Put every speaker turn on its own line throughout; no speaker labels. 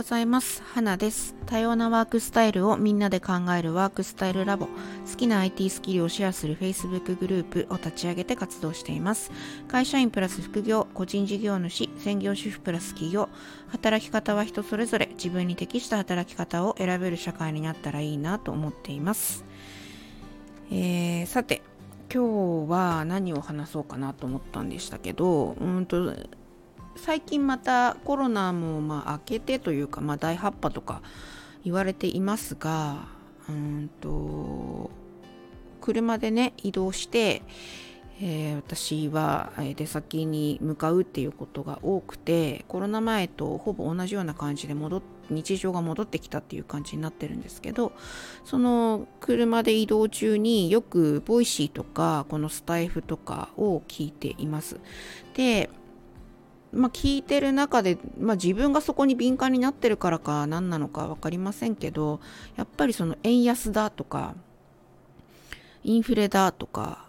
ざいます。花です。多様なワークスタイルをみんなで考えるワークスタイルラボ。好きな IT スキルをシェアする Facebook グループを立ち上げて活動しています。会社員プラス副業、個人事業主、専業主婦プラス企業。働き方は人それぞれ、自分に適した働き方を選べる社会になったらいいなと思っています。さて、今日は何を話そうかなと思ったんでしたけど、最近またコロナも明けてというか、第8波とか言われていますが、車でね移動して、私は出先に向かうっていうことが多くて、コロナ前とほぼ同じような感じで日常が戻ってきたっていう感じになってるんですけど、その車で移動中によくボイシーとかこのスタイフとかを聞いています。で聞いてる中で、自分がそこに敏感になってるからか何なのか分かりませんけど、やっぱりその円安だとかインフレだとか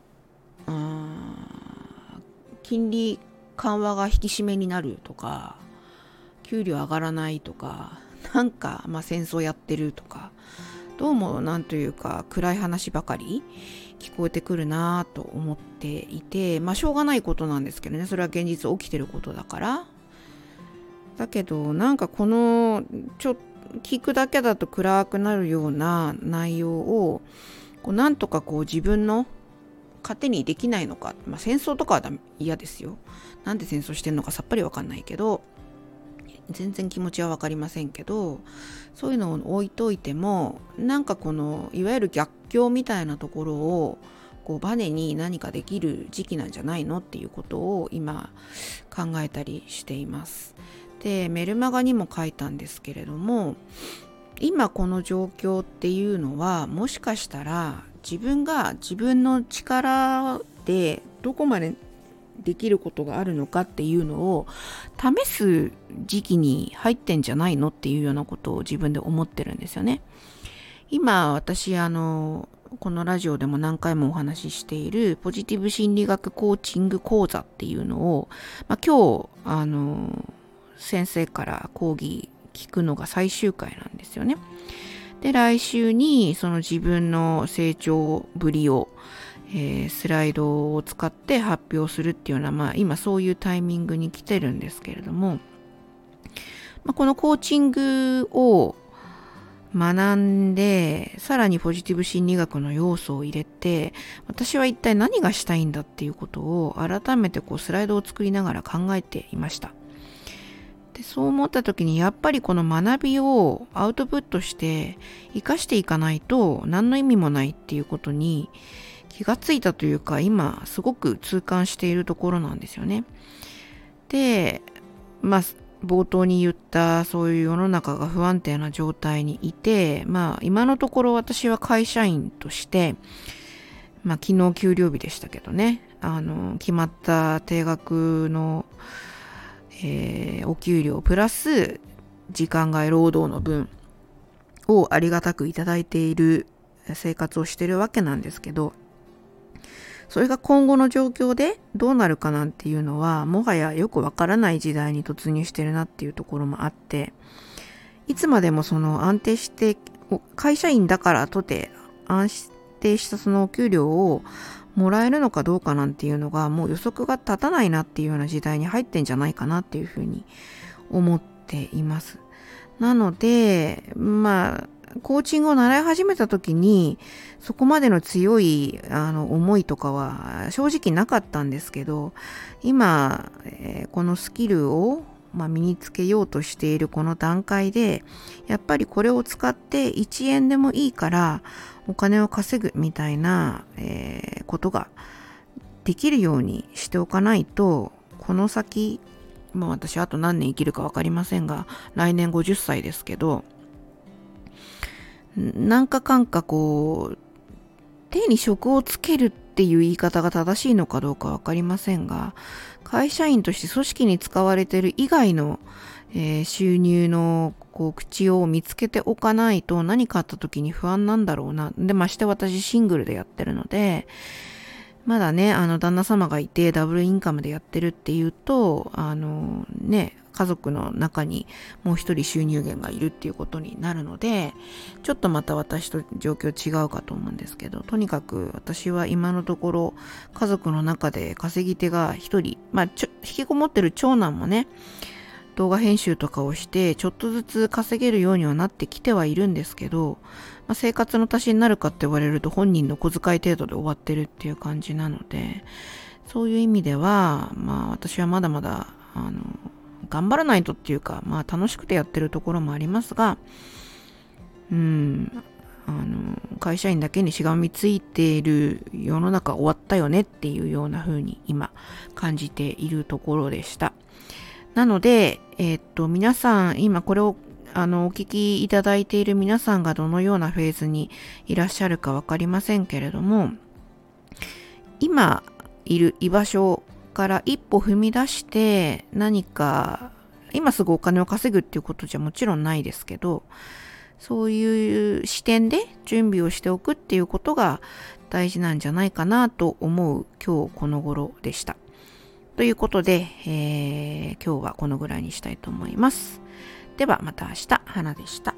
金利緩和が引き締めになるとか、給料上がらないとか、戦争やってるとか、どうもなんというか暗い話ばかり聞こえてくるなと思っていて、しょうがないことなんですけどね、それは現実起きてることだから。だけどこの聞くだけだと暗くなるような内容をなんとか自分の糧にできないのか。戦争とかは嫌ですよ。なんで戦争してんのかさっぱりわかんないけど、全然気持ちはわかりませんけど、そういうのを置いといても、いわゆる逆境みたいなところをバネに何かできる時期なんじゃないのっていうことを今考えたりしています。で、メルマガにも書いたんですけれども、今この状況っていうのは、もしかしたら自分が自分の力でどこまでできることがあるのかっていうのを試す時期に入ってんじゃないのっていうようなことを自分で思ってるんですよね。今私このラジオでも何回もお話ししているポジティブ心理学コーチング講座っていうのを、今日先生から講義聞くのが最終回なんですよね。で、来週にその自分の成長ぶりをスライドを使って発表するっていうような、今そういうタイミングに来てるんですけれども、このコーチングを学んで、さらにポジティブ心理学の要素を入れて、私は一体何がしたいんだっていうことを改めてスライドを作りながら考えていました。で、そう思った時に、やっぱりこの学びをアウトプットして活かしていかないと何の意味もないっていうことに気がついたというか、今すごく痛感しているところなんですよね。で、冒頭に言ったそういう世の中が不安定な状態にいて、今のところ私は会社員として、昨日給料日でしたけどね、決まった定額の、お給料プラス時間外労働の分をありがたくいただいている生活をしているわけなんですけど、それが今後の状況でどうなるかなんていうのは、もはやよくわからない時代に突入してるなっていうところもあって、いつまでもその安定して、会社員だからとて安定したそのお給料をもらえるのかどうかなんていうのが、もう予測が立たないなっていうような時代に入ってんじゃないかなっていうふうに思っています。なので、コーチングを習い始めた時にそこまでの強い思いとかは正直なかったんですけど、今、このスキルを身につけようとしているこの段階で、やっぱりこれを使って1円でもいいからお金を稼ぐみたいな、ことができるようにしておかないと、この先、私あと何年生きるか分かりませんが、来年50歳ですけど、手に職をつけるっていう言い方が正しいのかどうか分かりませんが、会社員として組織に使われている以外の、収入の口を見つけておかないと、何かあった時に不安なんだろうな。で、まして私シングルでやってるので、まだね、旦那様がいてダブルインカムでやってるっていうと、 家族の中にもう一人収入源がいるっていうことになるので、ちょっとまた私と状況違うかと思うんですけど、とにかく私は今のところ家族の中で稼ぎ手が一人、引きこもってる長男もね、動画編集とかをしてちょっとずつ稼げるようにはなってきてはいるんですけど、生活の足しになるかって言われると本人の小遣い程度で終わってるっていう感じなので、そういう意味では私はまだまだ頑張らないとっていうか、楽しくてやってるところもありますが、会社員だけにしがみついている世の中終わったよねっていうような風に今感じているところでした。なので、皆さん、今これをお聞きいただいている皆さんがどのようなフェーズにいらっしゃるかわかりませんけれども、今いる居場所から一歩踏み出して何か、今すぐお金を稼ぐっていうことじゃもちろんないですけど、そういう視点で準備をしておくっていうことが大事なんじゃないかなと思う今日この頃でした。ということで、今日はこのぐらいにしたいと思います。ではまた明日、花でした。